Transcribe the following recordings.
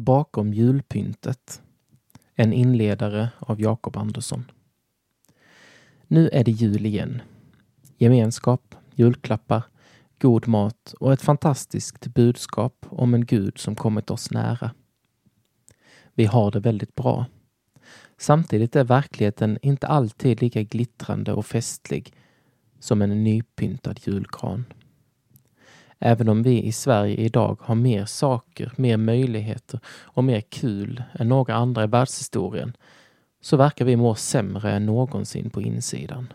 Bakom julpyntet. En inledare av Jakob Andersson. Nu är det jul igen. Gemenskap, julklappar, god mat och ett fantastiskt budskap om en Gud som kommit oss nära. Vi har det väldigt bra. Samtidigt är verkligheten inte alltid lika glittrande och festlig som en nypyntad julgran. Även om vi i Sverige idag har mer saker, mer möjligheter och mer kul än några andra i världshistorien, så verkar vi må sämre än någonsin på insidan.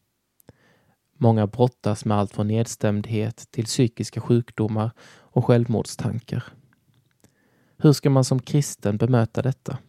Många brottas med allt från nedstämdhet till psykiska sjukdomar och självmordstankar. Hur ska man som kristen bemöta detta?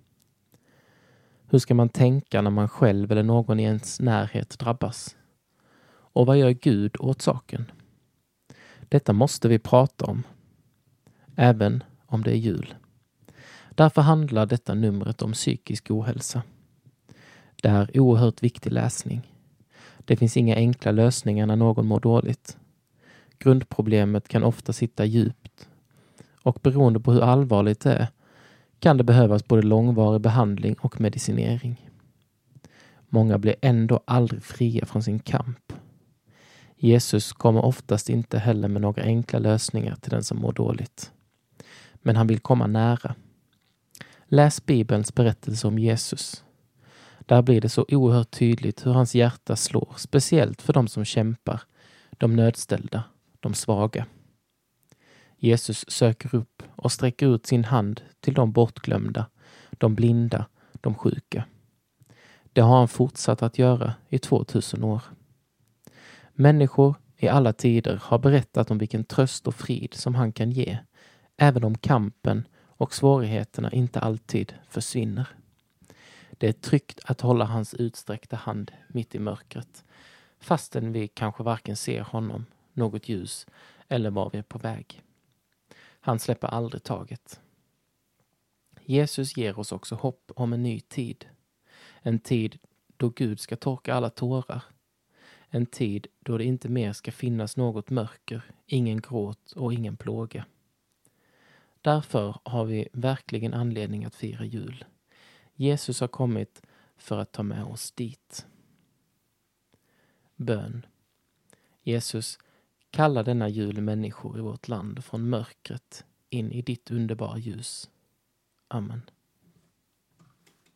Hur ska man tänka när man själv eller någon i ens närhet drabbas? Och vad gör Gud åt saken? Detta måste vi prata om, även om det är jul. Därför handlar detta numret om psykisk ohälsa. Det är oerhört viktig läsning. Det finns inga enkla lösningar när någon mår dåligt. Grundproblemet kan ofta sitta djupt. Och beroende på hur allvarligt det är kan det behövas både långvarig behandling och medicinering. Många blir ändå aldrig fria från sin kamp. Jesus kommer oftast inte heller med några enkla lösningar till den som mår dåligt. Men han vill komma nära. Läs Bibelns berättelse om Jesus. Där blir det så oerhört tydligt hur hans hjärta slår, speciellt för de som kämpar, de nödställda, de svaga. Jesus söker upp och sträcker ut sin hand till de bortglömda, de blinda, de sjuka. Det har han fortsatt att göra i 2000 år. Människor i alla tider har berättat om vilken tröst och frid som han kan ge, även om kampen och svårigheterna inte alltid försvinner. Det är tryggt att hålla hans utsträckta hand mitt i mörkret, fastän vi kanske varken ser honom, något ljus eller var vi är på väg. Han släpper aldrig taget. Jesus ger oss också hopp om en ny tid. En tid då Gud ska torka alla tårar. En tid då det inte mer ska finnas något mörker, ingen gråt och ingen plåga. Därför har vi verkligen anledning att fira jul. Jesus har kommit för att ta med oss dit. Bön. Jesus, kalla denna jul människor i vårt land från mörkret in i ditt underbara ljus. Amen.